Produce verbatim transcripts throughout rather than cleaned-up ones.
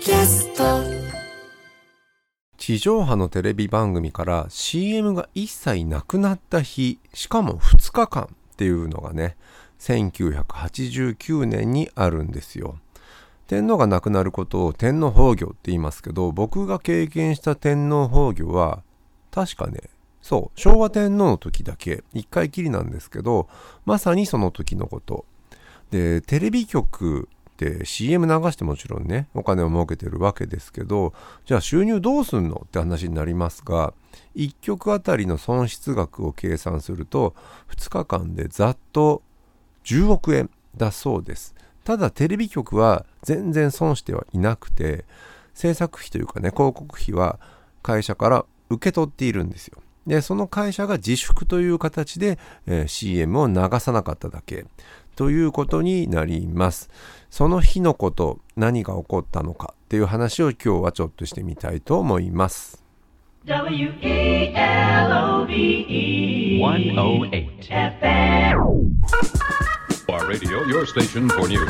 キャスト。 地上波のテレビ番組から シーエム が一切なくなった日、しかもふつかかんっていうのがね、せんきゅうひゃくはちじゅうきゅうねんにあるんですよ。天皇が亡くなることを天皇崩御って言いますけど、僕が経験した天皇崩御は確かね、そう昭和天皇の時だけいっかいきりなんですけど、まさにその時のことで、テレビ局で シーエム 流してもちろんねお金を儲けてるわけですけど、じゃあ収入どうすんのって話になりますが、いっきょくあたりの損失額を計算するとふつかかんでざっとじゅうおくえんだそうです。ただテレビ局は全然損してはいなくて、制作費というかね、広告費は会社から受け取っているんですよ。でその会社が自粛という形で、えー、シーエム を流さなかっただけということになります。その日のこと、何が起こったのかっていう話を今日はちょっとしてみたいと思います。 ダブリュー イー エル オー ビー イー ひゃくはち エフエム Our radio, your station for news.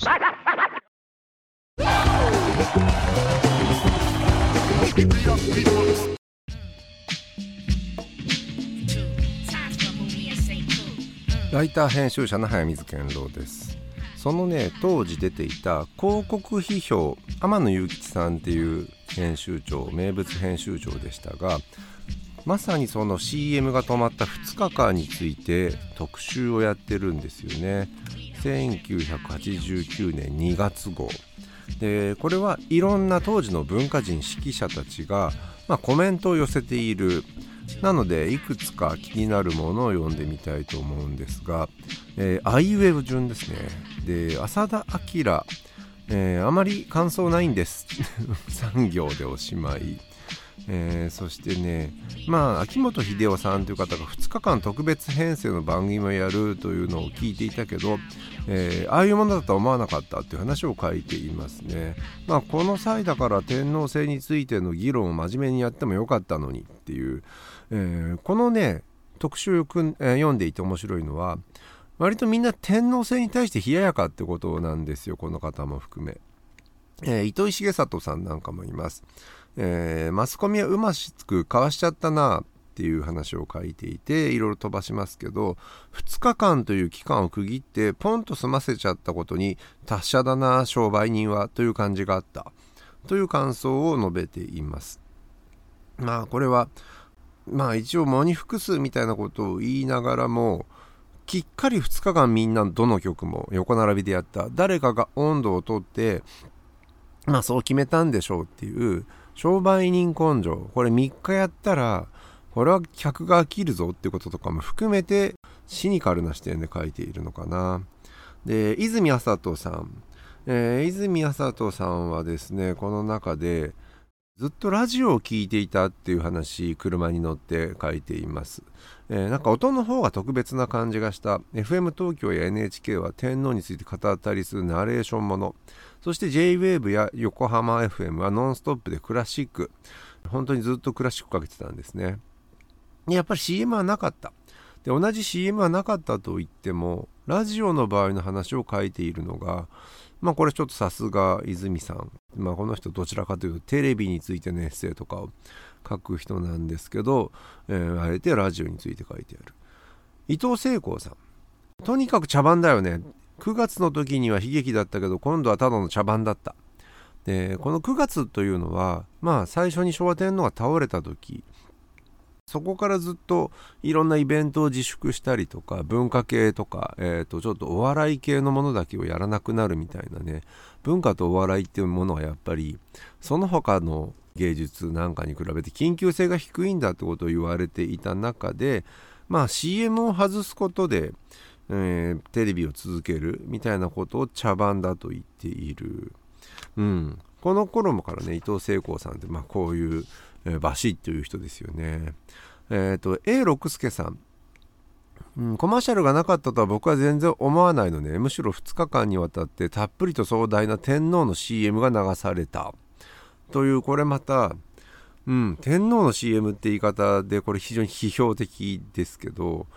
ライター編集者の早水健郎です。そのね、当時出ていた広告批評、天野祐吉さんっていう編集長、名物編集長でしたが、まさにその シーエム が止まったふつかかんについて特集をやってるんですよね。せんきゅうひゃくはちじゅうきゅうねんにがつごうで、これはいろんな当時の文化人識者たちが、まあ、コメントを寄せている。なのでいくつか気になるものを読んでみたいと思うんですが、えー、アイウェブ順ですね。で、浅田明、えー、あまり感想ないんですさん行でおしまい。えー、そしてね、まあ秋元秀夫さんという方がふつかかん特別編成の番組をやるというのを聞いていたけど、えー、ああいうものだとは思わなかったという話を書いていますね。まあこの際だから天皇制についての議論を真面目にやってもよかったのにっていう、えー、このね特集をくん、えー、読んでいて面白いのは、割とみんな天皇制に対して冷ややかってことなんですよ。この方も含め、えー、糸井重里さんなんかもいます。えー、マスコミはうまくかわしちゃったなっていう話を書いていて、いろいろ飛ばしますけど、ふつかかんという期間を区切ってポンと済ませちゃったことに達者だな商売人はという感じがあったという感想を述べています。まあこれはまあ一応喪に服すみたいなことを言いながらも、きっかりふつかかんみんなどの曲も横並びでやった。誰かが温度をとってまあそう決めたんでしょうっていう商売人根性。これみっかやったらこれは客が飽きるぞっていうこととかも含めてシニカルな視点で書いているのかな。で、泉麻人さん、えー、泉麻人さんはですね、この中でずっとラジオを聞いていたっていう話、車に乗って書いています。えー、なんか音の方が特別な感じがした。 エフエム 東京や エヌエイチケー は天皇について語ったりするナレーションもの、そして ジェイウェーブ や横浜 エフエム はノンストップでクラシック、本当にずっとクラシックかけてたんですね。やっぱり シーエム はなかった。で、同じ シーエム はなかったと言っても、ラジオの場合の話を書いているのが、まあこれちょっとさすが泉さん。まあこの人どちらかというとテレビについてのエッセイとかを書く人なんですけど、えー、あえてラジオについて書いてある。伊藤聖光さん。とにかく茶番だよね。くがつの時には悲劇だったけど、今度はただの茶番だった。で、このくがつというのは、まあ最初に昭和天皇が倒れた時、そこからずっといろんなイベントを自粛したりとか、文化系とか、えーと、ちょっとお笑い系のものだけをやらなくなるみたいなね。文化とお笑いっていうものはやっぱりその他の芸術なんかに比べて緊急性が低いんだってことを言われていた中で、まあ シーエム を外すことで、えー、テレビを続けるみたいなことを茶番だと言っている。うん、この頃もからね、伊藤聖光さんってまあこういうえー、バシッという人ですよね。えっと エーろく 助さん、うん、コマーシャルがなかったとは僕は全然思わないので、むしろふつかかんにわたってたっぷりと壮大な天皇の シーエム が流されたという、これまた、うん、天皇の シーエム って言い方でこれ非常に批評的ですけど、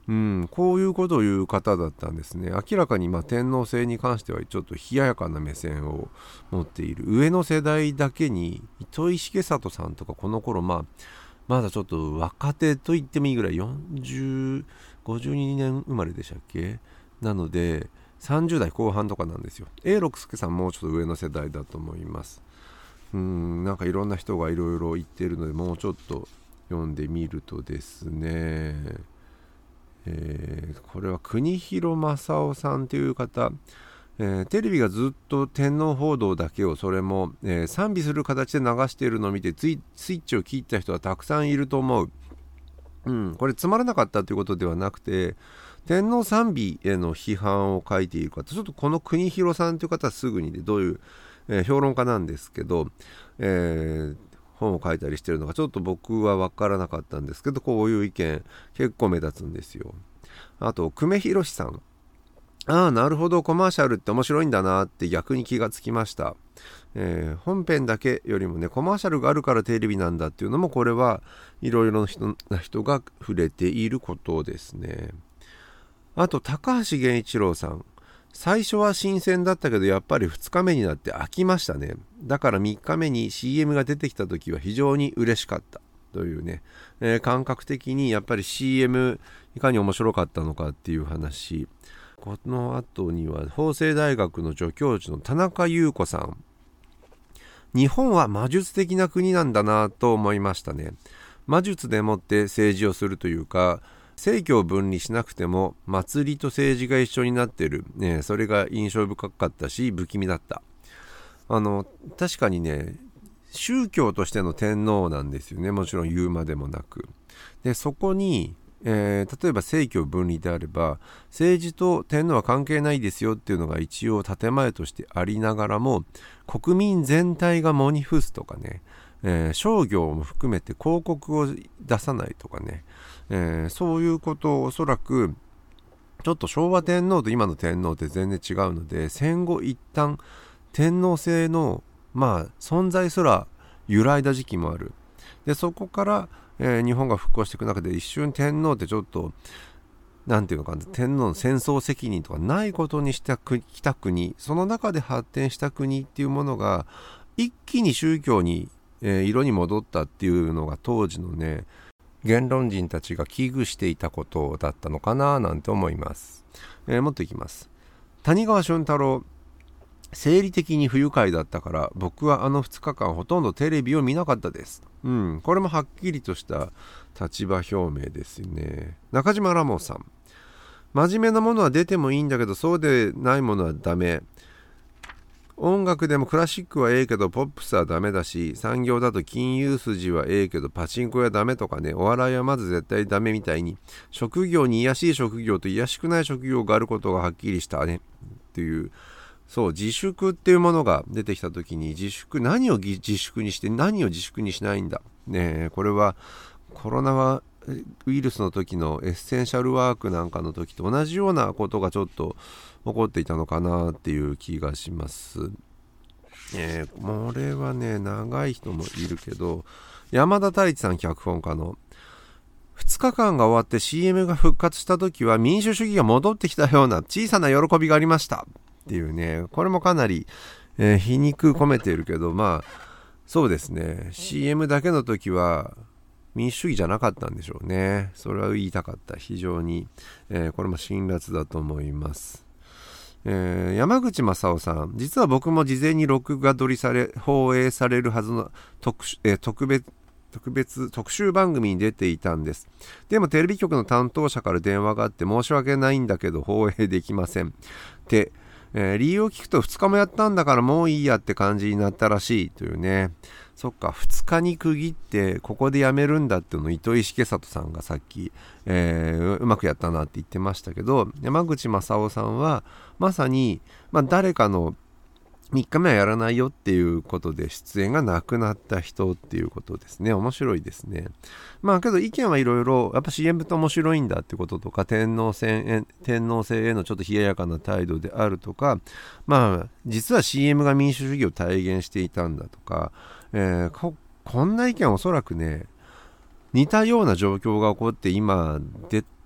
うん、こういうことを言う方だったんですね。明らかにまあ天皇制に関してはちょっと冷ややかな目線を持っている。上の世代だけに糸井重里さんとかこの頃まあまだちょっと若手と言ってもいいぐらいよんじゅう、ごじゅうにねん生まれでしたっけ。なのでさんじゅう代後半とかなんですよ。永六輔さんもうちょっと上の世代だと思います。うーんなんかいろんな人がいろいろ言っているのでもうちょっと読んでみるとですね、えー、これは国広正夫さんという方、えー、テレビがずっと天皇報道だけをそれも、えー、賛美する形で流しているのを見てツイスイッチを切った人はたくさんいると思う。うん、これつまらなかったということではなくて天皇賛美への批判を書いている方、ちょっとこの国広さんという方はすぐに、ね、どういう、えー、評論家なんですけど、えー、本を書いたりしているのがちょっと僕は分からなかったんですけど、こういう意見結構目立つんですよ。あと久米宏さん、ああなるほどコマーシャルって面白いんだなって逆に気がつきました。えー、本編だけよりもねコマーシャルがあるからテレビなんだっていうのもこれはいろいろな人、人が触れていることですね。あと高橋源一郎さん、最初は新鮮だったけどやっぱりふつかめになって飽きましたね。だからみっかめに シーエム が出てきた時は非常に嬉しかったというね、えー、感覚的にやっぱり シーエム いかに面白かったのかっていう話。この後には法政大学の助教授の田中優子さん、日本は魔術的な国なんだなと思いましたね。魔術でもって政治をするというか政教分離しなくても祭りと政治が一緒になってる、ね、それが印象深かったし不気味だった。あの確かにね宗教としての天皇なんですよね。もちろん言うまでもなく。でそこに、えー、例えば政教分離であれば政治と天皇は関係ないですよっていうのが一応建前としてありながらも国民全体がモニフスとかね、えー、商業も含めて広告を出さないとかね、えー、そういうことをおそらくちょっと昭和天皇と今の天皇って全然違うので戦後一旦天皇制のまあ存在すら揺らいだ時期もある。でそこから、えー、日本が復興していく中で一瞬天皇ってちょっとなんていうのかな、天皇の戦争責任とかないことにしてきた国、その中で発展した国っていうものが一気に宗教に、えー、色に戻ったっていうのが当時のね言論人たちが危惧していたことだったのかななんて思います。えー、もっといきます。谷川俊太郎、生理的に不愉快だったから僕はあのふつかかんほとんどテレビを見なかったです。うん、これもはっきりとした立場表明ですよね。中島ラモさん、真面目なものは出てもいいんだけどそうでないものはダメ。音楽でもクラシックはええけどポップスはダメだし、産業だと金融筋はええけどパチンコはダメとかね、お笑いはまず絶対ダメみたいに職業に癒やしい職業と癒やしくない職業があることがはっきりしたねっていう、そう自粛っていうものが出てきた時に自粛、何を自粛にして何を自粛にしないんだね。これはコロナウイルスの時のエッセンシャルワークなんかの時と同じようなことがちょっと起こっていたのかなっていう気がします。えー、これはね長い人もいるけど、山田太一さん脚本家のふつかかんが終わって シーエム が復活した時は民主主義が戻ってきたような小さな喜びがありましたっていうね、これもかなり、えー、皮肉込めているけど、まあそうですね、 シーエム だけの時は民主主義じゃなかったんでしょうね。それは言いたかった。非常に、えー、これも辛辣だと思います。えー、山口正夫さん、実は僕も事前に録画撮りされ放映されるはずの 特,、えー、特別特別特集番組に出ていたんです。でもテレビ局の担当者から電話があって申し訳ないんだけど放映できませんって、えー、理由を聞くとふつかもやったんだからもういいやって感じになったらしいというね。そっか、ふつかに区切ってここでやめるんだっていうのを糸井重里さんがさっき、えー、うまくやったなって言ってましたけど、山口正夫さんはまさに、まあ、誰かのみっかめはやらないよっていうことで出演がなくなった人っていうことですね。面白いですね。まあけど意見はいろいろ、やっぱ シーエム って面白いんだってこととか、天皇制へ天皇制へのちょっと冷ややかな態度であるとか、まあ実は シーエム が民主主義を体現していたんだとか、えー、こ, こんな意見はおそらくね似たような状況が起こって今出た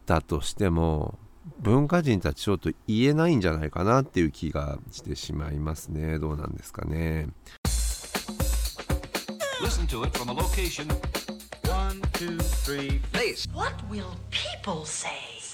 ったとしても文化人たちちょっと言えないんじゃないかなっていう気がしてしまいますね。どうなんですかね。 Listen to it from a location. One, two, three, please. What will people say?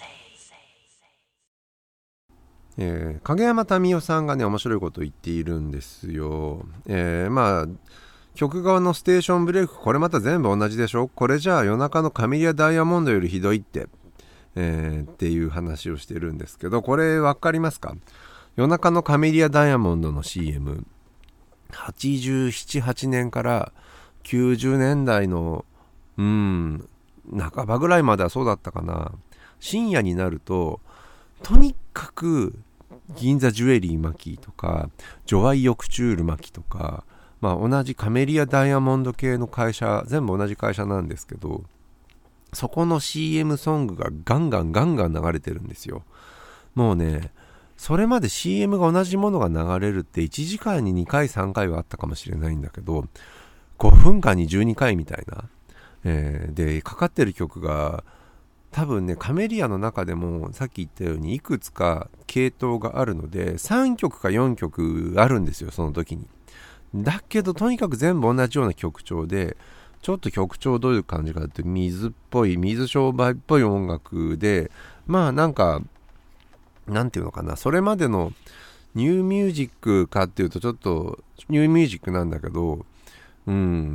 えー、影山民生さんがね面白いことを言っているんですよ。えー、まあ曲側のステーションブレイクこれまた全部同じでしょ。これじゃあ夜中のカメリアダイヤモンドよりひどいって、えー、っていう話をしてるんですけど、これ分かりますか？夜中のカメリアダイヤモンドの シーエムはちじゅうなな、はちねんからきゅうじゅうねんだいのうん半ばぐらいまではそうだったかな。深夜になるととにかく銀座ジュエリー巻きとかジョアイヨクチュール巻きとか、まあ同じカメリアダイヤモンド系の会社、全部同じ会社なんですけど、そこの シーエム ソングがガンガンガンガン流れてるんですよ。もうね、それまで シーエム が同じものが流れるっていちじかんににかいさんかいはあったかもしれないんだけど、ごふんかんにじゅうにかいみたいな、えー、でかかってる曲が多分ねカメリアの中でもさっき言ったようにいくつか系統があるのでさんきょくかよんきょくあるんですよ、その時に。だけどとにかく全部同じような曲調で、ちょっと曲調どういう感じかって水っぽい水商売っぽい音楽で、まあなんかなんていうのかな、それまでのニューミュージックかっていうとちょっとニューミュージックなんだけど、うん、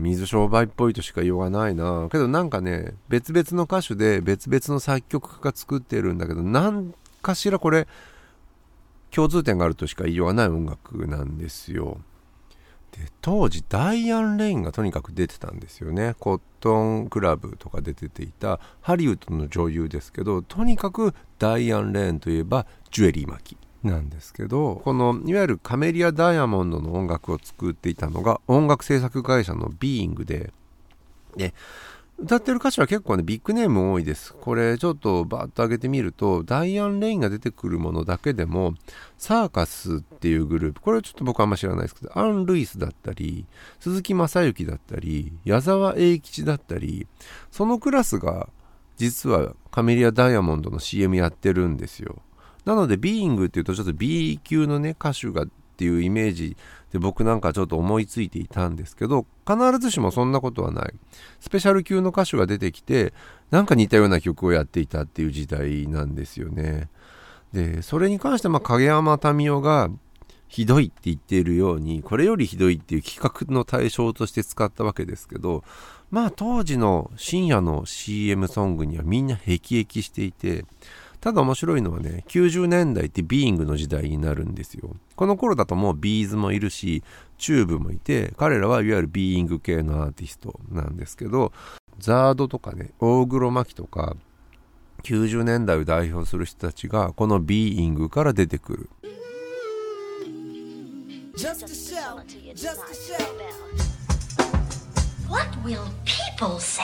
水商売っぽいとしか言いようがないな。けどなんかね、別々の歌手で別々の作曲家が作ってるんだけど、なんかしらこれ共通点があるとしか言いようがない音楽なんですよ。で、当時ダイアン・レインがとにかく出てたんですよね。コットンクラブとかで出ていたハリウッドの女優ですけど、とにかくダイアン・レインといえばジュエリー巻きなんですけど、このいわゆるカメリアダイヤモンドの音楽を作っていたのが音楽制作会社のビーイングで、で歌ってる歌手は結構ねビッグネーム多いです。これちょっとバーッと上げてみると、ダイアン・レインが出てくるものだけでもサーカスっていうグループ、これはちょっと僕あんま知らないですけど、アン・ルイスだったり鈴木雅之だったり矢沢永吉だったり、そのクラスが実はカメリアダイヤモンドの シーエム やってるんですよ。なのでビーイングっていうとちょっと B 級のね歌手がっていうイメージで僕なんかちょっと思いついていたんですけど、必ずしもそんなことはない。スペシャル級の歌手が出てきてなんか似たような曲をやっていたっていう時代なんですよね。でそれに関してまあ影山民生がひどいって言っているように、これよりひどいっていう企画の対象として使ったわけですけど、まあ当時の深夜の シーエム ソングにはみんな辟易していて、ただ面白いのはね、きゅうじゅうねんだいってビーイングの時代になるんですよ。この頃だともうビーズもいるしチューブもいて、彼らはいわゆるビーイング系のアーティストなんですけど、ザードとかね、大黒摩季とかきゅうじゅうねんだいを代表する人たちがこのビーイングから出てくる。 Just a show, just a show. What will people say?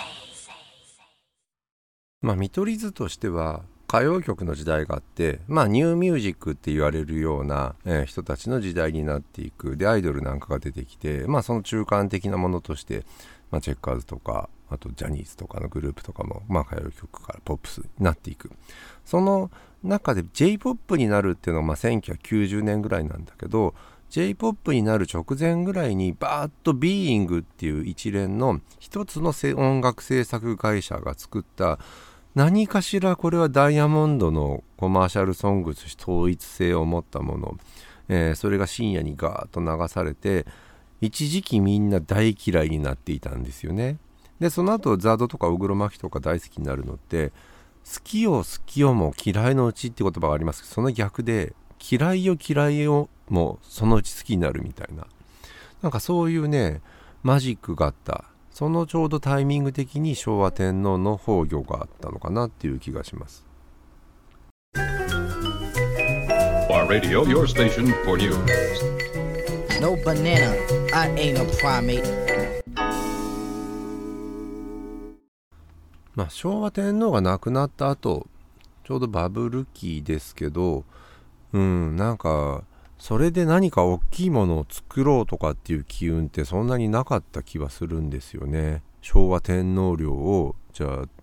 まあ見取り図としては歌謡曲の時代があって、まあニューミュージックって言われるような、えー、人たちの時代になっていく。でアイドルなんかが出てきて、まあその中間的なものとして、まあ、チェッカーズとかあとジャニーズとかのグループとかも、まあ歌謡曲からポップスになっていく。その中で J-ポップ になるっていうのはまあせんきゅうひゃくきゅうじゅうねんぐらいなんだけど、 J-ポップ になる直前ぐらいにバーッとビーイングっていう一連の一つの音楽制作会社が作った何かしら、これはダイヤモンドのコマーシャルソングとして統一性を持ったもの、えー、それが深夜にガーッと流されて、一時期みんな大嫌いになっていたんですよね。でその後ザードとか大黒摩季とか大好きになるのって、好きよ好きよも嫌いのうちって言葉がありますけど、その逆で嫌いよ嫌いよもそのうち好きになるみたいな、なんかそういうねマジックがあった。そのちょうどタイミング的に昭和天皇の崩御があったのかなっていう気がします。 Bar Radio, your station for news. No banana, I ain't a primate. まあ昭和天皇が亡くなった後、ちょうどバブル期ですけど、うんなんかそれで何か大きいものを作ろうとかっていう機運ってそんなになかった気はするんですよね。昭和天皇陵をじゃあ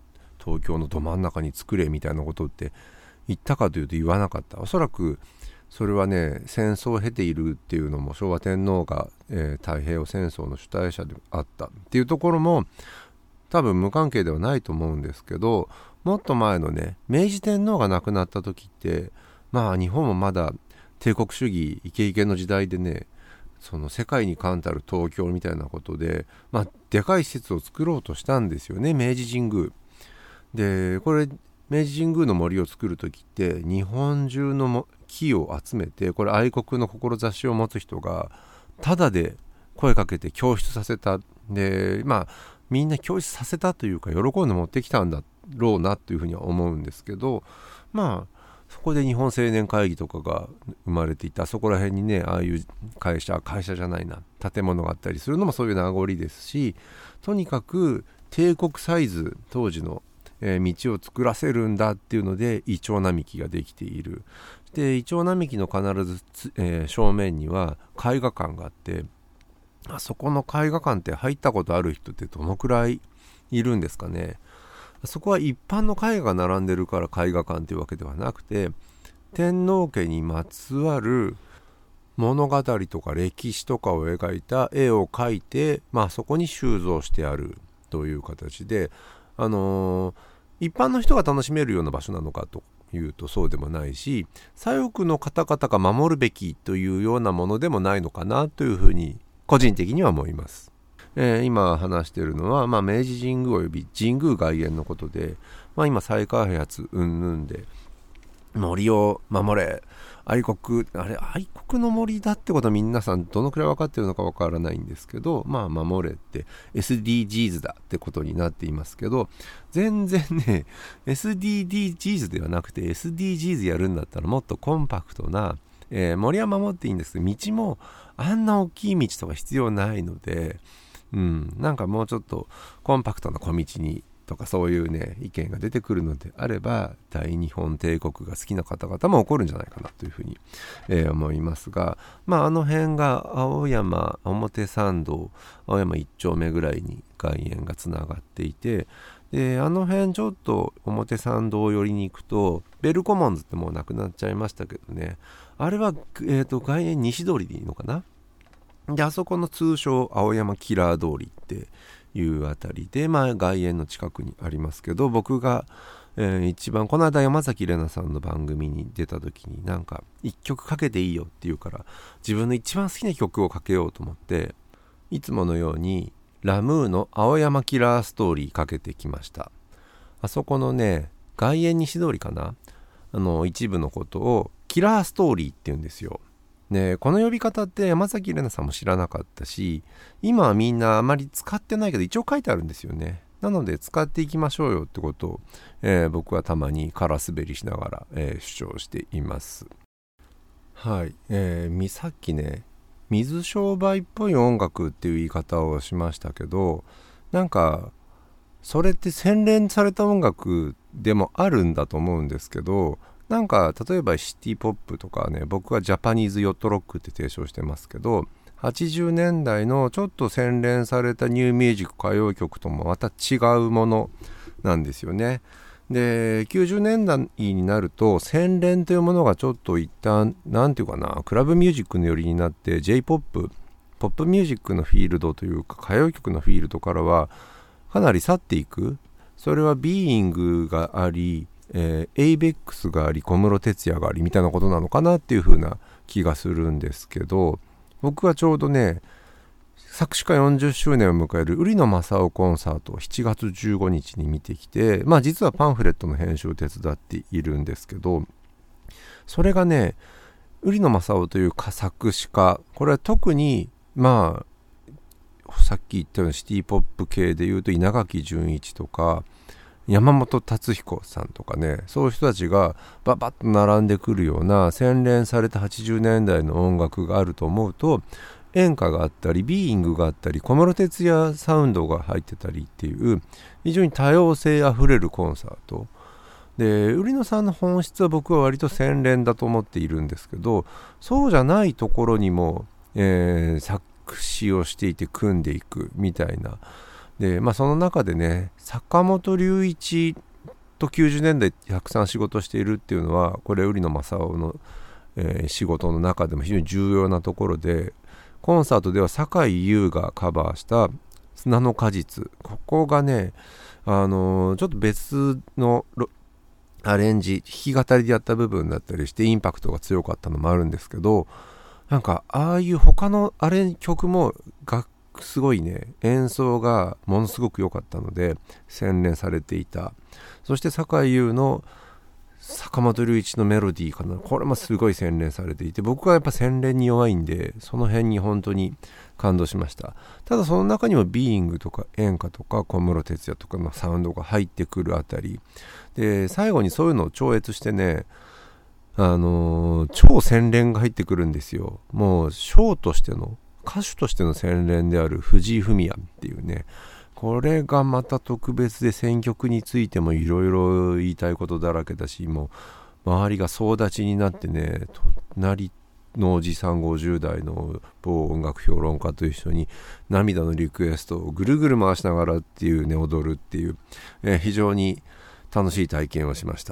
東京のど真ん中に作れみたいなことって言ったかというと言わなかった。おそらくそれはね、戦争を経ているっていうのも昭和天皇が、えー、太平洋戦争の主体者であったっていうところも多分無関係ではないと思うんですけど、もっと前のね、明治天皇が亡くなった時ってまあ日本もまだ帝国主義イケイケの時代でね、その世界に冠たる東京みたいなことで、まあでかい施設を作ろうとしたんですよね、明治神宮で。これ明治神宮の森を作る時って日本中のも木を集めて、これ愛国の志を持つ人がタダで声かけて供出させた。でまあみんな供出させたというか喜んで持ってきたんだろうなというふうには思うんですけど、まあそこで日本青年会議とかが生まれていた。そこら辺にね、ああいう会社会社じゃないな建物があったりするのもそういう名残ですし、とにかく帝国サイズ当時のえー、道を作らせるんだっていうのでイチョウ並木ができている。でイチョウ並木の必ずつ、えー、正面には絵画館があって、あそこの絵画館って入ったことある人ってどのくらいいるんですかね。そこは一般の絵画が並んでるから絵画館というわけではなくて、天皇家にまつわる物語とか歴史とかを描いた絵を描いて、まあ、そこに収蔵してあるという形で、あのー、一般の人が楽しめるような場所なのかというとそうでもないし、左翼の方々が守るべきというようなものでもないのかなというふうに個人的には思います。えー、今話しているのは、まあ、明治神宮および神宮外苑のことで、まあ、今再開発云々で森を守れ、愛国、あれ愛国の森だってことは皆さんどのくらい分かってるのか分からないんですけど、まあ守れって エスディージーズ だってことになっていますけど、全然ね エスディージーズ ではなくて エスディージーズ やるんだったらもっとコンパクトな、えー、森は守っていいんですけど、道もあんな大きい道とか必要ないので、うん、なんかもうちょっとコンパクトな小道にとかそういうね意見が出てくるのであれば、大日本帝国が好きな方々も起こるんじゃないかなというふうに、えー、思いますが、まああの辺が青山表参道青山一丁目ぐらいに外苑がつながっていて、であの辺ちょっと表参道寄りに行くとベルコモンズってもうなくなっちゃいましたけどね、あれは、えーと、外苑西通りでいいのかな。であそこの通称青山キラー通りっていうあたりで、まあ外苑の近くにありますけど、僕が、えー、一番この間山崎怜奈さんの番組に出た時になんか一曲かけていいよって言うから、自分の一番好きな曲をかけようと思って、いつものようにラムーの青山キラーストーリーかけてきました。あそこのね外苑西通りかな、あの一部のことをキラーストーリーって言うんですよ。ね、この呼び方って山崎怜奈さんも知らなかったし、今はみんなあまり使ってないけど一応書いてあるんですよね。なので使っていきましょうよってことを、えー、僕はたまに空滑りしながら、えー、主張しています。はい、えー、さっきね水商売っぽい音楽っていう言い方をしましたけど、なんかそれって洗練された音楽でもあるんだと思うんですけど、なんか例えばシティポップとかね、僕はジャパニーズヨットロックって提唱してますけど、はちじゅうねんだいのちょっと洗練されたニューミュージック歌謡曲ともまた違うものなんですよね。できゅうじゅうねんだいになると洗練というものがちょっと一旦なんていうかな、クラブミュージックの寄りになって J-ポップ ポップミュージックのフィールドというか歌謡曲のフィールドからはかなり去っていく。それはビーイングがあり、えー、エイベックスがあり、小室哲哉がありみたいなことなのかなっていう風な気がするんですけど、僕はちょうどね作詞家よんじゅっしゅうねんを迎える売野雅勇コンサートをしちがつじゅうごにちに見てきて、まあ実はパンフレットの編集を手伝っているんですけど、それがね売野雅勇という作詞家、これは特にまあさっき言ったようなシティポップ系でいうと稲垣潤一とか山本達彦さんとかね、そういう人たちがババッと並んでくるような洗練されたはちじゅうねんだいの音楽があると思うと、演歌があったりビーイングがあったり小室哲哉サウンドが入ってたりっていう非常に多様性あふれるコンサートで、売野さんの本質は僕は割と洗練だと思っているんですけど、そうじゃないところにも、えー、作詞をしていて組んでいくみたいなで、まあその中でね坂本龍一ときゅうじゅうねんだいたくさん仕事しているっていうのは、これ売野雅勇の、えー、仕事の中でも非常に重要なところで、コンサートでは坂井優がカバーした砂の果実、ここがね、あのー、ちょっと別のアレンジ、弾き語りでやった部分だったりしてインパクトが強かったのもあるんですけど、なんかああいう他のアレンジ曲も楽すごいね、演奏がものすごく良かったので洗練されていた。そして坂井優の坂本龍一のメロディーかな、これもすごい洗練されていて、僕はやっぱ洗練に弱いんで、その辺に本当に感動しました。ただその中にもビーイングとか演歌とか小室哲哉とかのサウンドが入ってくるあたりで、最後にそういうのを超越してね、あのー、超洗練が入ってくるんですよ。もうショーとしての、歌手としての洗練である藤井フミヤっていうね、これがまた特別で、選曲についてもいろいろ言いたいことだらけだし、もう周りが総立ちになってね、隣のおじさんごじゅう代の某音楽評論家と一緒に涙のリクエストをぐるぐる回しながらっていうね、踊るっていう、えー、非常に楽しい体験をしました。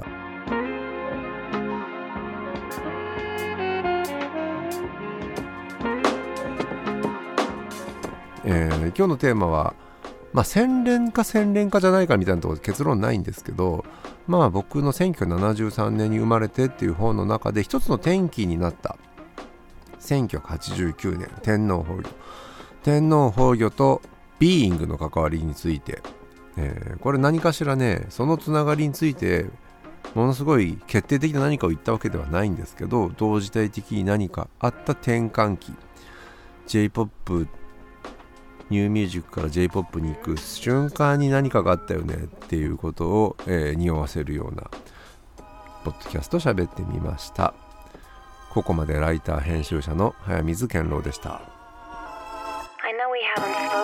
えー、今日のテーマは、まあ、洗練か洗練かじゃないかみたいなところで結論ないんですけど、まあ僕のせんきゅうひゃくななじゅうさんねんに生まれてっていう本の中で一つの転機になったせんきゅうひゃくはちじゅうきゅうねん天皇崩御天皇崩御とビーイングの関わりについて、えー、これ何かしらね、そのつながりについてものすごい決定的な何かを言ったわけではないんですけど、同時代的に何かあった転換期、 J-ポップニューミュージックから J-ポップ に行く瞬間に何かがあったよねっていうことを、えー、匂わせるようなポッドキャスト喋ってみました。ここまでライター編集者の早水健郎でした。 I know we haven't